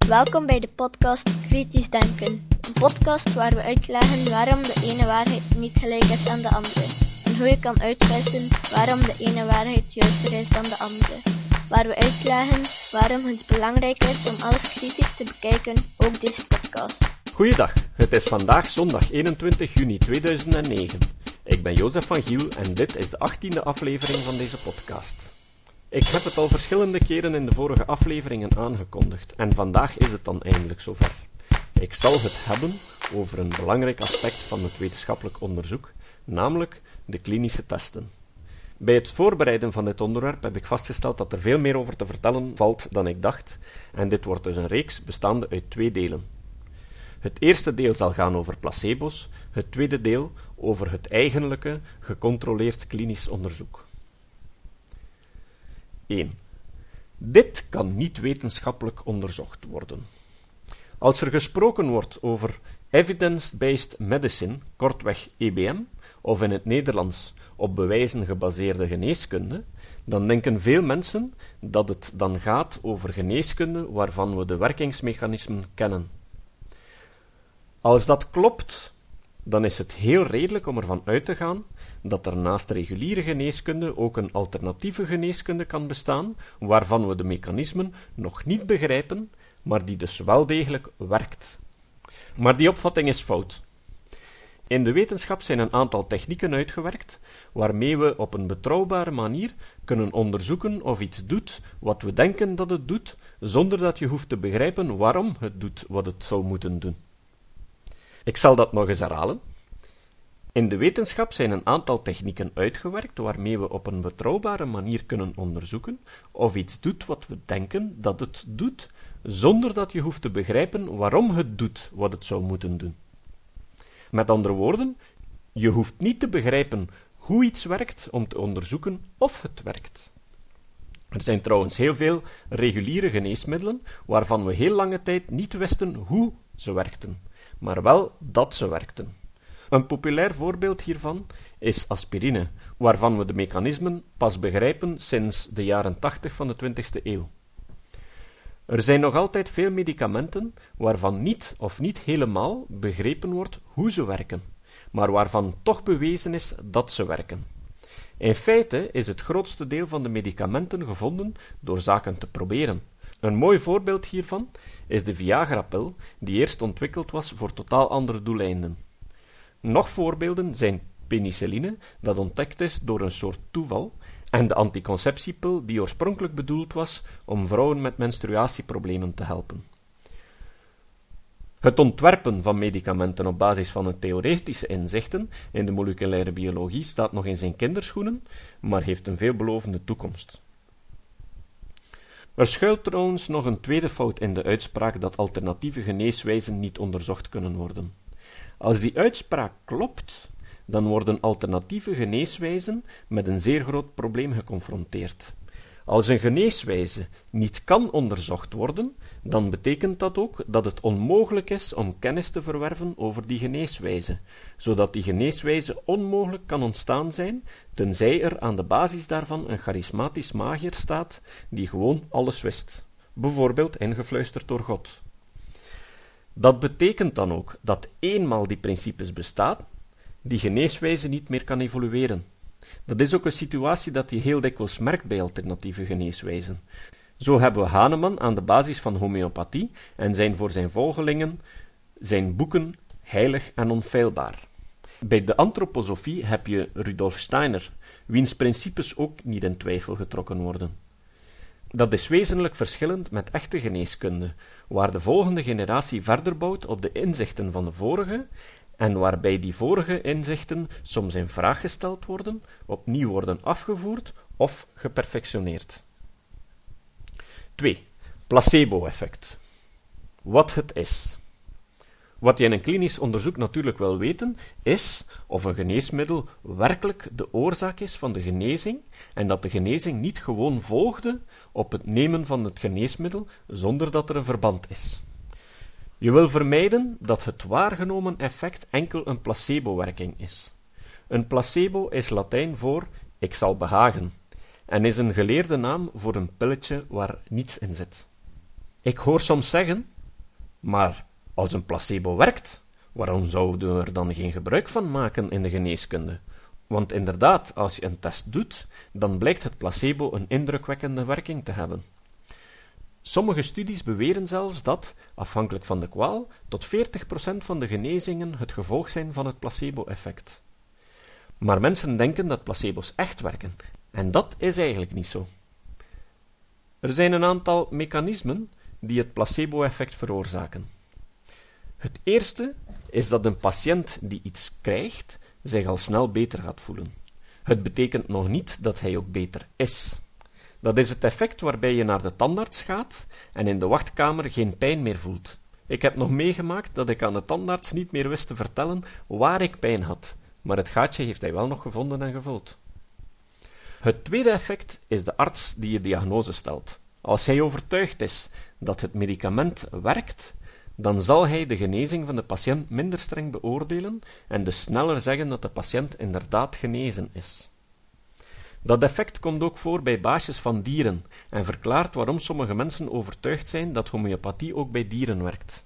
Welkom bij de podcast Kritisch Denken. Een podcast waar we uitleggen waarom de ene waarheid niet gelijk is aan de andere. En hoe je kan uitvissen waarom de ene waarheid juister is dan de andere. Waar we uitleggen waarom het belangrijk is om alles kritisch te bekijken, ook deze podcast. Goeiedag, het is vandaag zondag 21 juni 2009. Ik ben Jozef van Giel en dit is de 18e aflevering van deze podcast. Ik heb het al verschillende keren in de vorige afleveringen aangekondigd en vandaag is het dan eindelijk zover. Ik zal het hebben over een belangrijk aspect van het wetenschappelijk onderzoek, namelijk de klinische testen. Bij het voorbereiden van dit onderwerp heb ik vastgesteld dat er veel meer over te vertellen valt dan ik dacht, en dit wordt dus een reeks bestaande uit 2 delen. Het eerste deel zal gaan over placebo's, het tweede deel over het eigenlijke, gecontroleerd klinisch onderzoek. 1. Dit kan niet wetenschappelijk onderzocht worden. Als er gesproken wordt over evidence-based medicine, kortweg EBM, of in het Nederlands op bewijzen gebaseerde geneeskunde, dan denken veel mensen dat het dan gaat over geneeskunde waarvan we de werkingsmechanismen kennen. Als dat klopt, dan is het heel redelijk om ervan uit te gaan dat er naast reguliere geneeskunde ook een alternatieve geneeskunde kan bestaan, waarvan we de mechanismen nog niet begrijpen, maar die dus wel degelijk werkt. Maar die opvatting is fout. In de wetenschap zijn een aantal technieken uitgewerkt, waarmee we op een betrouwbare manier kunnen onderzoeken of iets doet wat we denken dat het doet, zonder dat je hoeft te begrijpen waarom het doet wat het zou moeten doen. Ik zal dat nog eens herhalen. In de wetenschap zijn een aantal technieken uitgewerkt waarmee we op een betrouwbare manier kunnen onderzoeken of iets doet wat we denken dat het doet, zonder dat je hoeft te begrijpen waarom het doet wat het zou moeten doen. Met andere woorden, je hoeft niet te begrijpen hoe iets werkt om te onderzoeken of het werkt. Er zijn trouwens heel veel reguliere geneesmiddelen waarvan we heel lange tijd niet wisten hoe ze werkten, maar wel dat ze werkten. Een populair voorbeeld hiervan is aspirine, waarvan we de mechanismen pas begrijpen sinds de jaren 80 van de 20e eeuw. Er zijn nog altijd veel medicamenten waarvan niet of niet helemaal begrepen wordt hoe ze werken, maar waarvan toch bewezen is dat ze werken. In feite is het grootste deel van de medicamenten gevonden door zaken te proberen. Een mooi voorbeeld hiervan is de Viagra-pil, die eerst ontwikkeld was voor totaal andere doeleinden. Nog voorbeelden zijn penicilline, dat ontdekt is door een soort toeval, en de anticonceptiepil, die oorspronkelijk bedoeld was om vrouwen met menstruatieproblemen te helpen. Het ontwerpen van medicamenten op basis van een theoretische inzichten in de moleculaire biologie staat nog in zijn kinderschoenen, maar heeft een veelbelovende toekomst. Er schuilt trouwens nog een tweede fout in de uitspraak dat alternatieve geneeswijzen niet onderzocht kunnen worden. Als die uitspraak klopt, dan worden alternatieve geneeswijzen met een zeer groot probleem geconfronteerd. Als een geneeswijze niet kan onderzocht worden, dan betekent dat ook dat het onmogelijk is om kennis te verwerven over die geneeswijze, zodat die geneeswijze onmogelijk kan ontstaan zijn, tenzij er aan de basis daarvan een charismatisch magier staat die gewoon alles wist, bijvoorbeeld ingefluisterd door God. Dat betekent dan ook dat eenmaal die principes bestaan, die geneeswijze niet meer kan evolueren. Dat is ook een situatie dat je heel dikwijls merkt bij alternatieve geneeswijzen. Zo hebben we Hahnemann aan de basis van homeopathie en zijn voor zijn volgelingen zijn boeken heilig en onfeilbaar. Bij de antroposofie heb je Rudolf Steiner, wiens principes ook niet in twijfel getrokken worden. Dat is wezenlijk verschillend met echte geneeskunde, waar de volgende generatie verder bouwt op de inzichten van de vorige en waarbij die vorige inzichten soms in vraag gesteld worden, opnieuw worden afgevoerd of geperfectioneerd. 2. Placebo-effect. Wat het is. Wat je in een klinisch onderzoek natuurlijk wil weten, is of een geneesmiddel werkelijk de oorzaak is van de genezing en dat de genezing niet gewoon volgde op het nemen van het geneesmiddel zonder dat er een verband is. Je wil vermijden dat het waargenomen effect enkel een placebo-werking is. Een placebo is Latijn voor ik zal behagen en is een geleerde naam voor een pilletje waar niets in zit. Ik hoor soms zeggen Maar als een placebo werkt, waarom zouden we er dan geen gebruik van maken in de geneeskunde? Want inderdaad, als je een test doet, dan blijkt het placebo een indrukwekkende werking te hebben. Sommige studies beweren zelfs dat, afhankelijk van de kwaal, tot 40% van de genezingen het gevolg zijn van het placebo-effect. Maar mensen denken dat placebo's echt werken, en dat is eigenlijk niet zo. Er zijn een aantal mechanismen die het placebo-effect veroorzaken. Het eerste is dat een patiënt die iets krijgt, zich al snel beter gaat voelen. Het betekent nog niet dat hij ook beter is. Dat is het effect waarbij je naar de tandarts gaat en in de wachtkamer geen pijn meer voelt. Ik heb nog meegemaakt dat ik aan de tandarts niet meer wist te vertellen waar ik pijn had, maar het gaatje heeft hij wel nog gevonden en gevuld. Het tweede effect is de arts die je diagnose stelt. Als hij overtuigd is dat het medicament werkt, dan zal hij de genezing van de patiënt minder streng beoordelen en dus sneller zeggen dat de patiënt inderdaad genezen is. Dat effect komt ook voor bij baasjes van dieren en verklaart waarom sommige mensen overtuigd zijn dat homeopathie ook bij dieren werkt.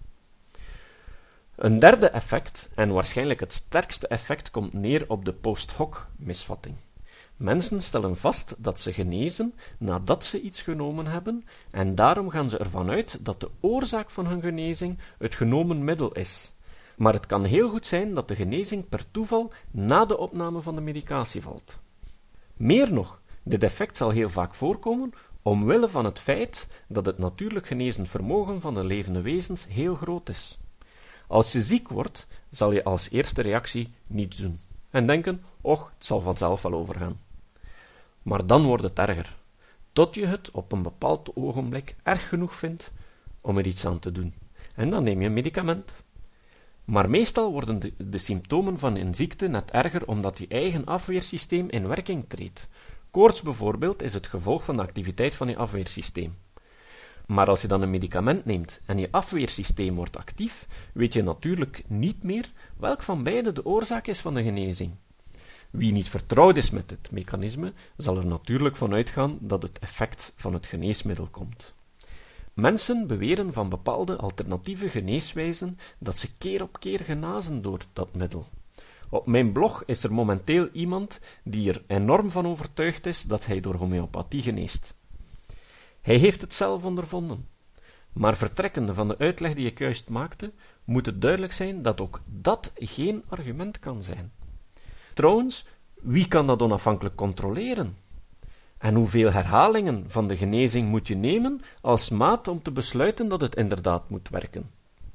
Een derde effect, en waarschijnlijk het sterkste effect, komt neer op de post-hoc misvatting. Mensen stellen vast dat ze genezen nadat ze iets genomen hebben en daarom gaan ze ervan uit dat de oorzaak van hun genezing het genomen middel is. Maar het kan heel goed zijn dat de genezing per toeval na de opname van de medicatie valt. Meer nog, dit effect zal heel vaak voorkomen omwille van het feit dat het natuurlijk genezend vermogen van de levende wezens heel groot is. Als je ziek wordt, zal je als eerste reactie niets doen en denken, och, het zal vanzelf wel overgaan. Maar dan wordt het erger, tot je het op een bepaald ogenblik erg genoeg vindt om er iets aan te doen. En dan neem je een medicament. Maar meestal worden de symptomen van een ziekte net erger omdat je eigen afweersysteem in werking treedt. Koorts bijvoorbeeld is het gevolg van de activiteit van je afweersysteem. Maar als je dan een medicament neemt en je afweersysteem wordt actief, weet je natuurlijk niet meer welk van beide de oorzaak is van de genezing. Wie niet vertrouwd is met dit mechanisme, zal er natuurlijk van uitgaan dat het effect van het geneesmiddel komt. Mensen beweren van bepaalde alternatieve geneeswijzen dat ze keer op keer genazen door dat middel. Op mijn blog is er momenteel iemand die er enorm van overtuigd is dat hij door homeopathie geneest. Hij heeft het zelf ondervonden. Maar vertrekkende van de uitleg die ik juist maakte, moet het duidelijk zijn dat ook dat geen argument kan zijn. Trouwens, wie kan dat onafhankelijk controleren? En hoeveel herhalingen van de genezing moet je nemen als maat om te besluiten dat het inderdaad moet werken?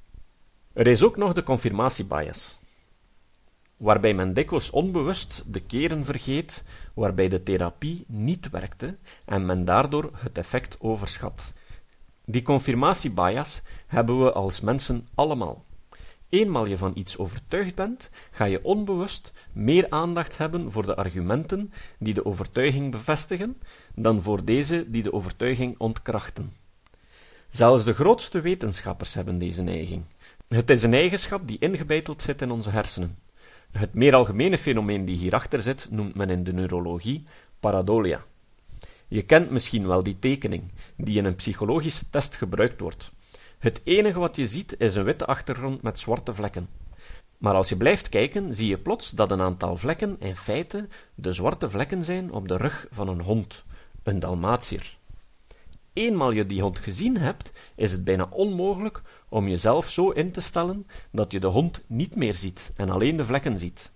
Er is ook nog de confirmatiebias, waarbij men dikwijls onbewust de keren vergeet waarbij de therapie niet werkte en men daardoor het effect overschat. Die confirmatiebias hebben we als mensen allemaal. Eenmaal je van iets overtuigd bent, ga je onbewust meer aandacht hebben voor de argumenten die de overtuiging bevestigen, dan voor deze die de overtuiging ontkrachten. Zelfs de grootste wetenschappers hebben deze neiging. Het is een eigenschap die ingebeiteld zit in onze hersenen. Het meer algemene fenomeen die hierachter zit, noemt men in de neurologie pareidolia. Je kent misschien wel die tekening, die in een psychologische test gebruikt wordt. Het enige wat je ziet is een witte achtergrond met zwarte vlekken. Maar als je blijft kijken, zie je plots dat een aantal vlekken in feite de zwarte vlekken zijn op de rug van een hond, een Dalmatiër. Eenmaal je die hond gezien hebt, is het bijna onmogelijk om jezelf zo in te stellen dat je de hond niet meer ziet en alleen de vlekken ziet.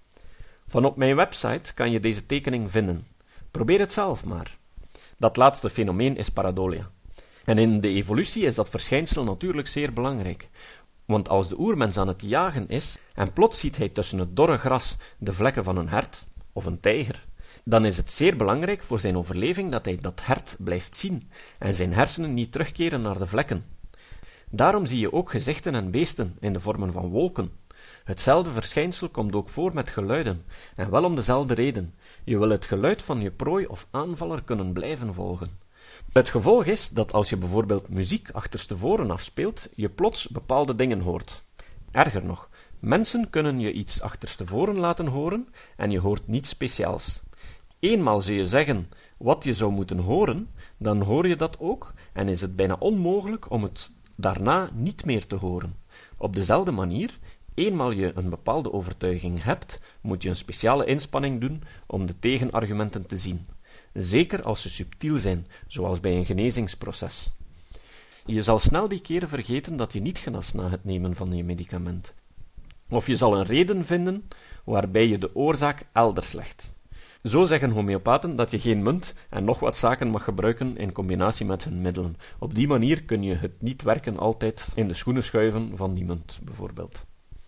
Van op mijn website kan je deze tekening vinden. Probeer het zelf maar. Dat laatste fenomeen is pareidolia. En in de evolutie is dat verschijnsel natuurlijk zeer belangrijk. Want als de oermens aan het jagen is en plots ziet hij tussen het dorre gras de vlekken van een hert of een tijger, dan is het zeer belangrijk voor zijn overleving dat hij dat hert blijft zien en zijn hersenen niet terugkeren naar de vlekken. Daarom zie je ook gezichten en beesten in de vormen van wolken. Hetzelfde verschijnsel komt ook voor met geluiden, en wel om dezelfde reden. Je wil het geluid van je prooi of aanvaller kunnen blijven volgen. Het gevolg is dat als je bijvoorbeeld muziek achterstevoren afspeelt, je plots bepaalde dingen hoort. Erger nog, mensen kunnen je iets achterstevoren laten horen en je hoort niets speciaals. Eenmaal ze je zeggen wat je zou moeten horen, dan hoor je dat ook en is het bijna onmogelijk om het daarna niet meer te horen. Op dezelfde manier, eenmaal je een bepaalde overtuiging hebt, moet je een speciale inspanning doen om de tegenargumenten te zien. Zeker als ze subtiel zijn, zoals bij een genezingsproces. Je zal snel die keren vergeten dat je niet genast na het nemen van je medicament. Of je zal een reden vinden waarbij je de oorzaak elders legt. Zo zeggen homeopaten dat je geen munt en nog wat zaken mag gebruiken in combinatie met hun middelen. Op die manier kun je het niet werken altijd in de schoenen schuiven van die munt, bijvoorbeeld.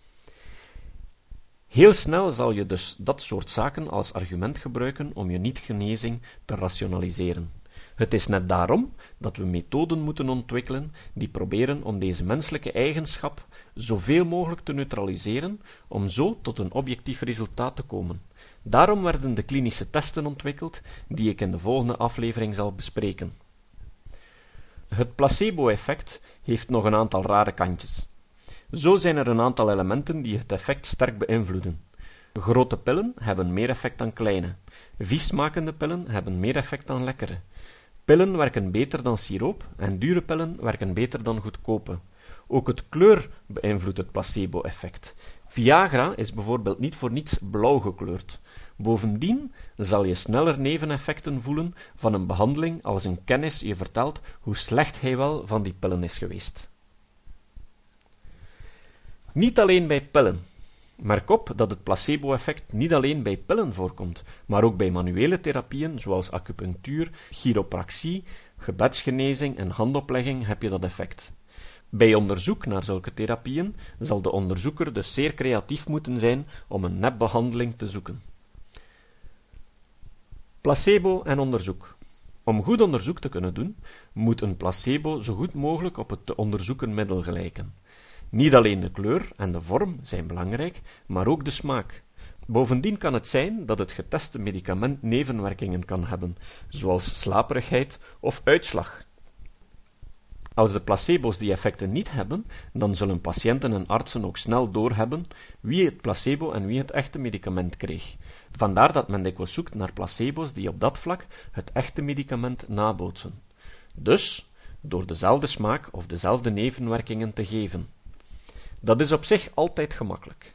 Heel snel zal je dus dat soort zaken als argument gebruiken om je niet-genezing te rationaliseren. Het is net daarom dat we methoden moeten ontwikkelen die proberen om deze menselijke eigenschap zoveel mogelijk te neutraliseren, om zo tot een objectief resultaat te komen. Daarom werden de klinische testen ontwikkeld, die ik in de volgende aflevering zal bespreken. Het placebo-effect heeft nog een aantal rare kantjes. Zo zijn er een aantal elementen die het effect sterk beïnvloeden. Grote pillen hebben meer effect dan kleine. Viesmakende pillen hebben meer effect dan lekkere. Pillen werken beter dan siroop en dure pillen werken beter dan goedkope. Ook het kleur beïnvloedt het placebo-effect. Viagra is bijvoorbeeld niet voor niets blauw gekleurd. Bovendien zal je sneller neveneffecten voelen van een behandeling als een kennis je vertelt hoe slecht hij wel van die pillen is geweest. Niet alleen bij pillen. Merk op dat het placebo-effect niet alleen bij pillen voorkomt, maar ook bij manuele therapieën zoals acupunctuur, chiropractie, gebedsgenezing en handoplegging heb je dat effect. Bij onderzoek naar zulke therapieën zal de onderzoeker dus zeer creatief moeten zijn om een nepbehandeling te zoeken. Placebo en onderzoek. Om goed onderzoek te kunnen doen, moet een placebo zo goed mogelijk op het te onderzoeken middel gelijken. Niet alleen de kleur en de vorm zijn belangrijk, maar ook de smaak. Bovendien kan het zijn dat het geteste medicament nevenwerkingen kan hebben, zoals slaperigheid of uitslag. Als de placebo's die effecten niet hebben, dan zullen patiënten en artsen ook snel doorhebben wie het placebo en wie het echte medicament kreeg. Vandaar dat men dikwijls zoekt naar placebo's die op dat vlak het echte medicament nabootsen. Dus, door dezelfde smaak of dezelfde nevenwerkingen te geven. Dat is op zich altijd gemakkelijk.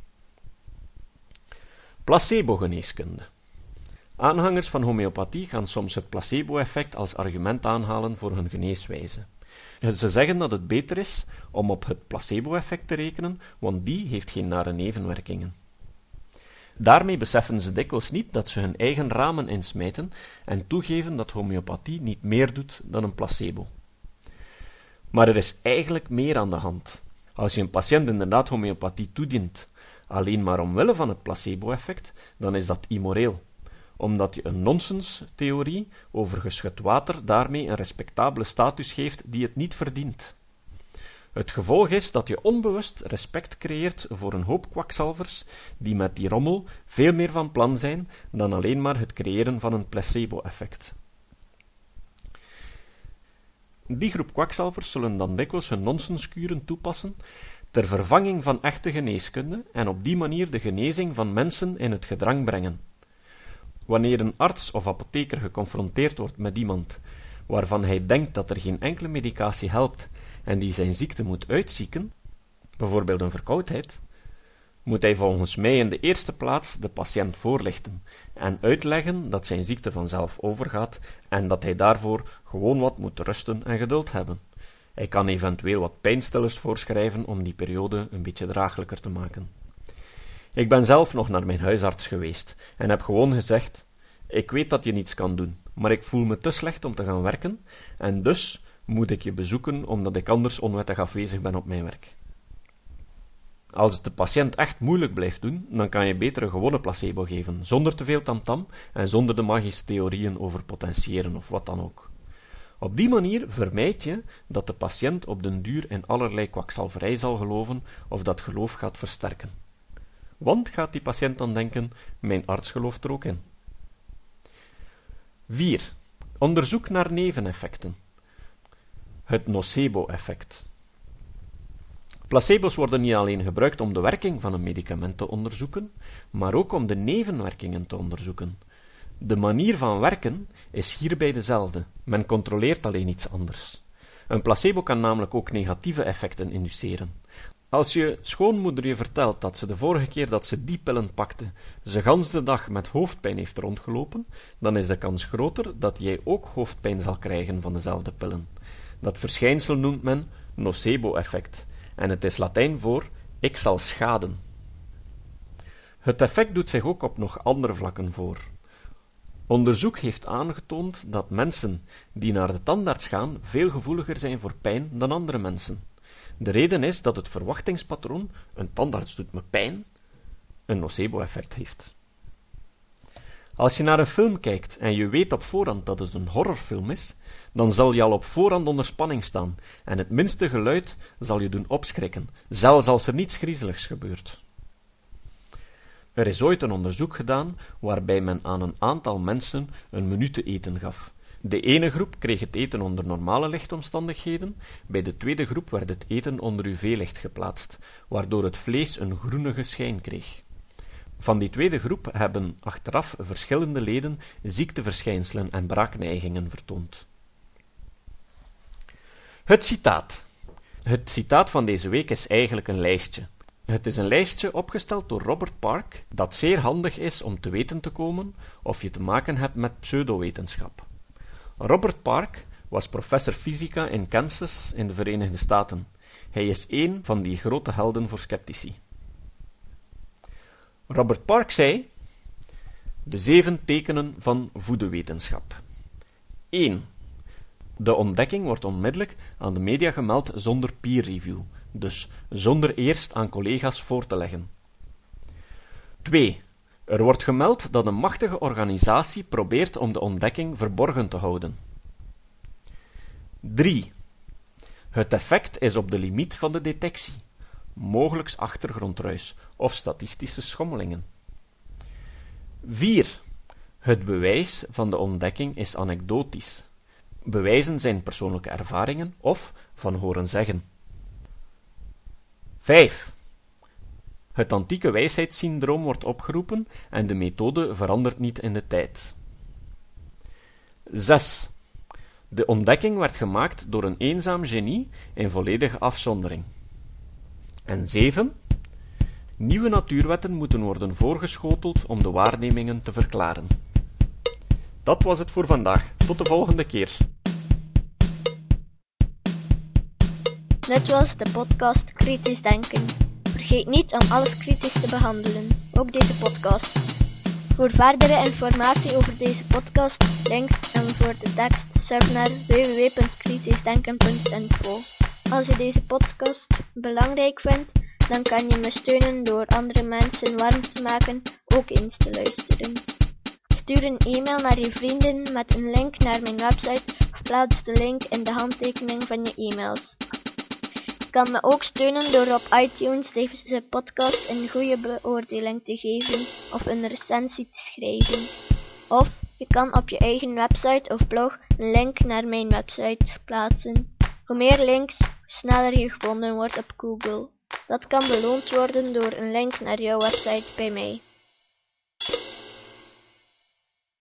Placebo-geneeskunde. Aanhangers van homeopathie gaan soms het placebo-effect als argument aanhalen voor hun geneeswijze. Ze zeggen dat het beter is om op het placebo-effect te rekenen, want die heeft geen nare nevenwerkingen. Daarmee beseffen ze dikwijls niet dat ze hun eigen ramen insmijten en toegeven dat homeopathie niet meer doet dan een placebo. Maar er is eigenlijk meer aan de hand. Als je een patiënt inderdaad homeopathie toedient, alleen maar omwille van het placebo-effect, dan is dat immoreel, omdat je een nonsenstheorie over geschud water daarmee een respectabele status geeft die het niet verdient. Het gevolg is dat je onbewust respect creëert voor een hoop kwakzalvers die met die rommel veel meer van plan zijn dan alleen maar het creëren van een placebo-effect. Die groep kwakzalvers zullen dan dikwijls hun nonsenskuren toepassen ter vervanging van echte geneeskunde en op die manier de genezing van mensen in het gedrang brengen. Wanneer een arts of apotheker geconfronteerd wordt met iemand waarvan hij denkt dat er geen enkele medicatie helpt en die zijn ziekte moet uitzieken, bijvoorbeeld een verkoudheid, moet hij volgens mij in de eerste plaats de patiënt voorlichten en uitleggen dat zijn ziekte vanzelf overgaat en dat hij daarvoor gewoon wat moet rusten en geduld hebben. Hij kan eventueel wat pijnstillers voorschrijven om die periode een beetje draaglijker te maken. Ik ben zelf nog naar mijn huisarts geweest en heb gewoon gezegd: ik weet dat je niets kan doen, maar ik voel me te slecht om te gaan werken en dus moet ik je bezoeken omdat ik anders onwettig afwezig ben op mijn werk. Als het de patiënt echt moeilijk blijft doen, dan kan je beter een gewone placebo geven, zonder te veel tamtam en zonder de magische theorieën over potentiëren of wat dan ook. Op die manier vermijd je dat de patiënt op den duur in allerlei kwakzalverij zal geloven of dat geloof gaat versterken. Want gaat die patiënt dan denken, mijn arts gelooft er ook in. 4. Onderzoek naar neveneffecten. Het nocebo-effect. Placebo's worden niet alleen gebruikt om de werking van een medicament te onderzoeken, maar ook om de nevenwerkingen te onderzoeken. De manier van werken is hierbij dezelfde, men controleert alleen iets anders. Een placebo kan namelijk ook negatieve effecten induceren. Als je schoonmoeder je vertelt dat ze de vorige keer dat ze die pillen pakte, ze gans de dag met hoofdpijn heeft rondgelopen, dan is de kans groter dat jij ook hoofdpijn zal krijgen van dezelfde pillen. Dat verschijnsel noemt men nocebo-effect, en het is Latijn voor ik zal schaden. Het effect doet zich ook op nog andere vlakken voor. Onderzoek heeft aangetoond dat mensen die naar de tandarts gaan veel gevoeliger zijn voor pijn dan andere mensen. De reden is dat het verwachtingspatroon, een tandarts doet me pijn, een nocebo-effect heeft. Als je naar een film kijkt en je weet op voorhand dat het een horrorfilm is, dan zal je al op voorhand onder spanning staan en het minste geluid zal je doen opschrikken, zelfs als er niets griezeligs gebeurt. Er is ooit een onderzoek gedaan waarbij men aan een aantal mensen een menu te eten gaf. De ene groep kreeg het eten onder normale lichtomstandigheden, bij de tweede groep werd het eten onder UV-licht geplaatst, waardoor het vlees een groenige schijn kreeg. Van die tweede groep hebben achteraf verschillende leden ziekteverschijnselen en braakneigingen vertoond. Het citaat. Het citaat van deze week is eigenlijk een lijstje. Het is een lijstje opgesteld door Robert Park, dat zeer handig is om te weten te komen of je te maken hebt met pseudowetenschap. Robert Park was professor fysica in Kansas in de Verenigde Staten. Hij is één van die grote helden voor sceptici. Robert Park zei: de 7 tekenen van voedewetenschap. 1. De ontdekking wordt onmiddellijk aan de media gemeld zonder peer review, dus zonder eerst aan collega's voor te leggen. 2. Er wordt gemeld dat een machtige organisatie probeert om de ontdekking verborgen te houden. 3. Het effect is op de limiet van de detectie, mogelijks achtergrondruis of statistische schommelingen. 4. Het bewijs van de ontdekking is anekdotisch. Bewijzen zijn persoonlijke ervaringen of van horen zeggen. 5. Het antieke wijsheidssyndroom wordt opgeroepen en de methode verandert niet in de tijd. 6. De ontdekking werd gemaakt door een eenzaam genie in volledige afzondering. En 7. Nieuwe natuurwetten moeten worden voorgeschoteld om de waarnemingen te verklaren. Dat was het voor vandaag. Tot de volgende keer. Dit was de podcast Kritisch Denken. Vergeet niet om alles kritisch te behandelen, ook deze podcast. Voor verdere informatie over deze podcast, links en voor de tekst, surf naar www.kritischdenken.info. Als je deze podcast belangrijk vindt, dan kan je me steunen door andere mensen warm te maken ook eens te luisteren. Stuur een e-mail naar je vrienden met een link naar mijn website of plaats de link in de handtekening van je e-mails. Je kan me ook steunen door op iTunes deze podcast een goede beoordeling te geven of een recensie te schrijven. Of je kan op je eigen website of blog een link naar mijn website plaatsen. Hoe meer links, hoe sneller je gevonden wordt op Google. Dat kan beloond worden door een link naar jouw website bij mij.